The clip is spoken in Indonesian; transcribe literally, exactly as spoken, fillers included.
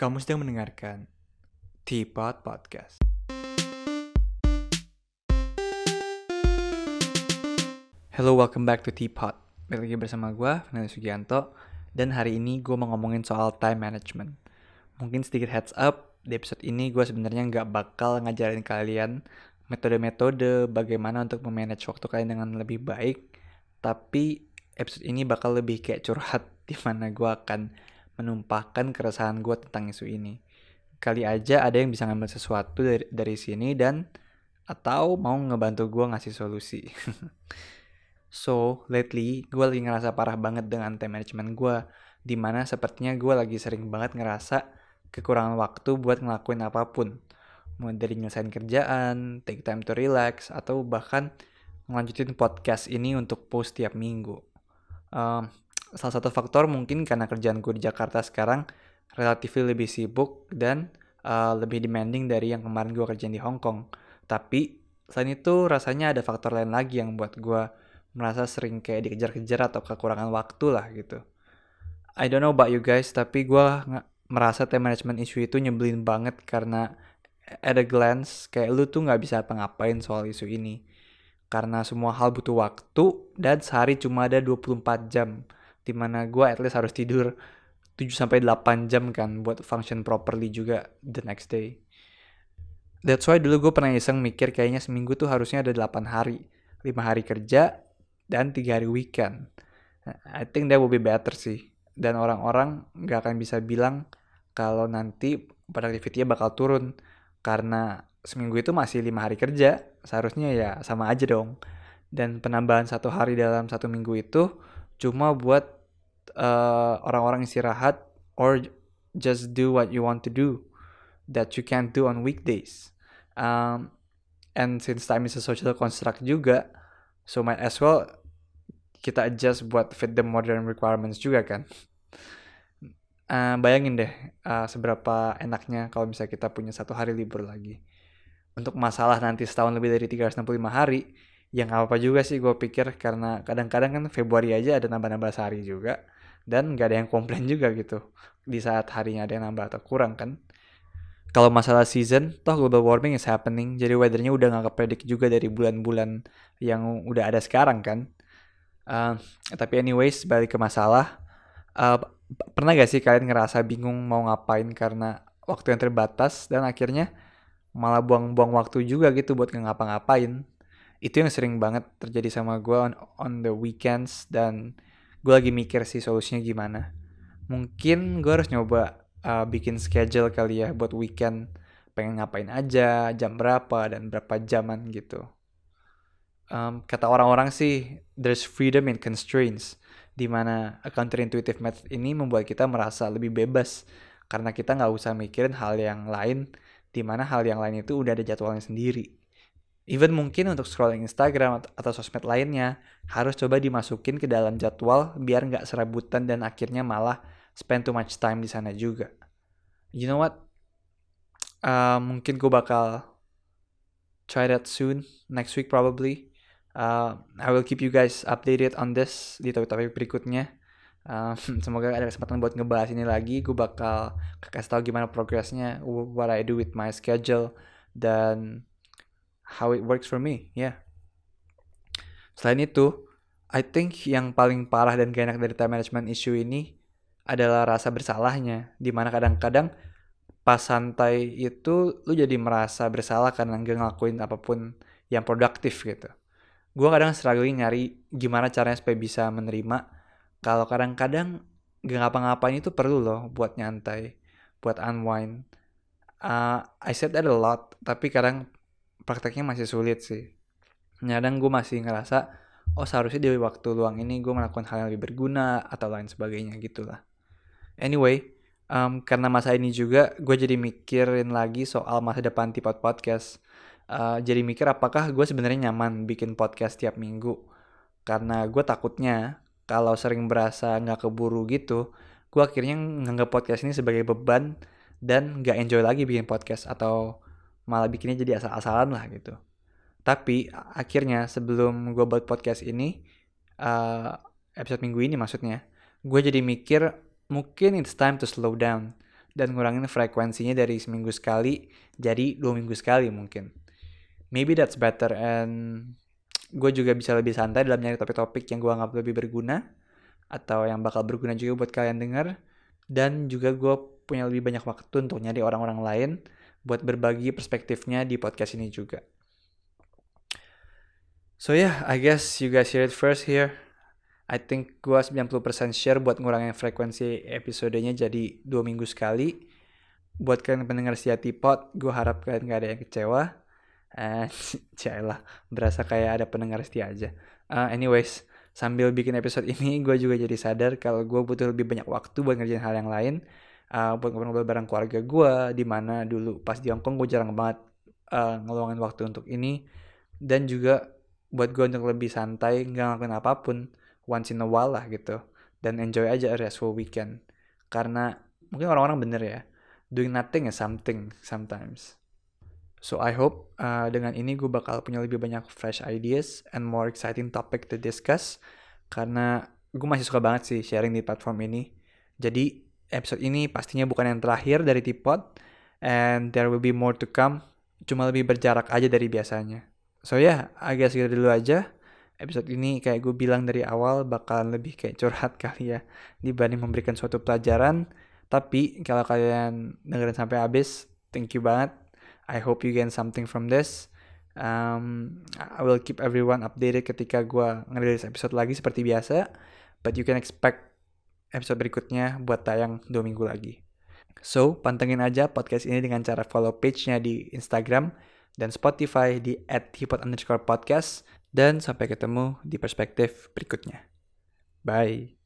Kamu sedang mendengarkan Teapot Podcast. Hello, welcome back to Teapot. Balik lagi bersama gue, Fernando Sugianto. Dan hari ini gue mau ngomongin soal time management. Mungkin sedikit heads up, di episode ini gue sebenarnya nggak bakal ngajarin kalian metode-metode bagaimana untuk memanage waktu kalian dengan lebih baik. Tapi episode ini bakal lebih kayak curhat, di mana gue akan menumpahkan keresahan gue tentang isu ini. Kali aja ada yang bisa ngambil sesuatu dari, dari sini dan atau mau ngebantu gue ngasih solusi. So, lately gue lagi ngerasa parah banget dengan time management gue, dimana sepertinya gue lagi sering banget ngerasa kekurangan waktu buat ngelakuin apapun. Mulai dari nyelesain kerjaan, take time to relax, atau bahkan ngelanjutin podcast ini untuk post tiap minggu. Um, salah satu faktor mungkin karena kerjaan gue di Jakarta sekarang relatif lebih sibuk dan uh, lebih demanding dari yang kemarin gue kerjain di Hong Kong. Tapi selain itu rasanya ada faktor lain lagi yang buat gue merasa sering kayak dikejar-kejar atau kekurangan waktu lah gitu. I don't know about you guys, tapi gue ng- merasa time management issue itu nyebelin banget karena at a glance kayak lu tuh gak bisa apa-ngapain soal isu ini. Karena semua hal butuh waktu dan sehari cuma ada dua puluh empat jam. Dimana gue at least harus tidur tujuh sampai delapan jam kan buat function properly juga the next day. That's why dulu gue pernah iseng mikir kayaknya seminggu tuh harusnya ada delapan hari. lima hari kerja dan tiga hari weekend. I think that will be better sih. Dan orang-orang gak akan bisa bilang kalau nanti productivity-nya bakal turun. Karena seminggu itu masih lima hari kerja, seharusnya ya sama aja dong. Dan penambahan satu hari dalam satu minggu itu cuma buat uh, orang-orang istirahat or just do what you want to do that you can't do on weekdays. Um, and since time is a social construct juga, so might as well kita adjust buat fit the modern requirements juga kan. Uh, bayangin deh uh, seberapa enaknya kalau misalnya kita punya satu hari libur lagi. Untuk masalah nanti setahun lebih dari tiga ratus enam puluh lima hari, yang apa-apa juga sih gue pikir, karena kadang-kadang kan Februari aja ada nambah-nambah sehari juga, dan gak ada yang komplain juga gitu, di saat harinya ada yang nambah atau kurang kan. Kalau masalah season, toh global warming is happening, jadi weathernya udah gak kepredik juga dari bulan-bulan yang udah ada sekarang kan. Uh, tapi anyways, balik ke masalah, uh, pernah gak sih kalian ngerasa bingung mau ngapain karena waktu yang terbatas, dan akhirnya malah buang-buang waktu juga gitu buat ngapa-ngapain. Itu yang sering banget terjadi sama gue on, on the weekends, dan gue lagi mikir sih solusinya gimana. Mungkin gue harus nyoba uh, bikin schedule kali ya buat weekend, pengen ngapain aja, jam berapa, dan berapa jaman gitu. Um, kata orang-orang sih, there's freedom in constraints, dimana a counterintuitive method ini membuat kita merasa lebih bebas, karena kita gak usah mikirin hal yang lain, dimana hal yang lain itu udah ada jadwalnya sendiri. Even mungkin untuk scrolling Instagram atau sosmed lainnya harus coba dimasukin ke dalam jadwal biar nggak serabutan dan akhirnya malah spend too much time di sana juga. You know what? Uh, mungkin gue bakal try that soon, next week probably. Uh, I will keep you guys updated on this di topik-topik berikutnya. Uh, semoga ada kesempatan buat ngebahas ini lagi. Gue bakal kasih tahu gimana progresnya, what I do with my schedule, dan how it works for me. Ya. Yeah. Selain itu, I think yang paling parah dan gak enak dari time management issue ini adalah rasa bersalahnya, dimana kadang-kadang pas santai itu lu jadi merasa bersalah karena gak ngelakuin apapun yang produktif gitu. Gue kadang struggling nyari gimana caranya supaya bisa menerima kalau kadang-kadang gak ngapa-ngapain itu perlu loh buat nyantai, buat unwind. Uh, I said that a lot, tapi kadang prakteknya masih sulit sih. Kadang gue masih ngerasa, oh seharusnya di waktu luang ini gue melakukan hal yang lebih berguna atau lain sebagainya gitulah. Anyway, um, karena masa ini juga gue jadi mikirin lagi soal masa depan Teapot Podcast. Uh, jadi mikir apakah gue sebenarnya nyaman bikin podcast tiap minggu. Karena gue takutnya kalau sering berasa gak keburu gitu, gue akhirnya nganggap podcast ini sebagai beban dan gak enjoy lagi bikin podcast, atau malah bikinnya jadi asal-asalan lah gitu. Tapi akhirnya sebelum gue buat podcast ini, uh, episode minggu ini maksudnya, gue jadi mikir mungkin it's time to slow down. dan ngurangin frekuensinya dari seminggu sekali jadi dua minggu sekali mungkin. Maybe that's better, and gue juga bisa lebih santai dalam nyari topik-topik yang gue anggap lebih berguna atau yang bakal berguna juga buat kalian dengar. Dan juga gue punya lebih banyak waktu untuk nyari orang-orang lain buat berbagi perspektifnya di podcast ini juga. So yeah, I guess you guys hear it first here. I think gue sembilan puluh persen share buat ngurangin frekuensi episodenya jadi dua minggu sekali. Buat kalian pendengar setia Teapot, gue harap kalian gak ada yang kecewa. Eh, Cailah, berasa kayak ada pendengar setia aja. Uh, anyways, sambil bikin episode ini, gue juga jadi sadar kalau gue butuh lebih banyak waktu buat ngerjain hal yang lain. Uh, buat ngobrol-ngobrol bareng keluarga gue, dimana dulu pas di Hongkong gue jarang banget uh, ngeluangin waktu untuk ini. Dan juga buat gue untuk lebih santai, gak ngelakuin apapun once in a while lah gitu. Dan enjoy aja a restful weekend. Karena mungkin orang-orang bener ya, doing nothing is something sometimes. So I hope uh, dengan ini gue bakal punya lebih banyak fresh ideas and more exciting topic to discuss. Karena gue masih suka banget sih sharing di platform ini. Jadi episode ini pastinya bukan yang terakhir dari Teapot. And there will be more to come. Cuma lebih berjarak aja dari biasanya. So ya, yeah, I guess gitu dulu aja. Episode ini kayak gue bilang dari awal bakalan lebih kayak curhat kali ya. Dibanding memberikan suatu pelajaran. Tapi kalau kalian dengerin sampai habis, thank you banget. I hope you gain something from this. Um, I will keep everyone updated ketika gue ngerilis episode lagi seperti biasa. But you can expect episode berikutnya buat tayang dua minggu lagi. So, pantengin aja podcast ini dengan cara follow page-nya di Instagram dan Spotify di at teapot underscore podcast. Dan sampai ketemu di perspektif berikutnya. Bye.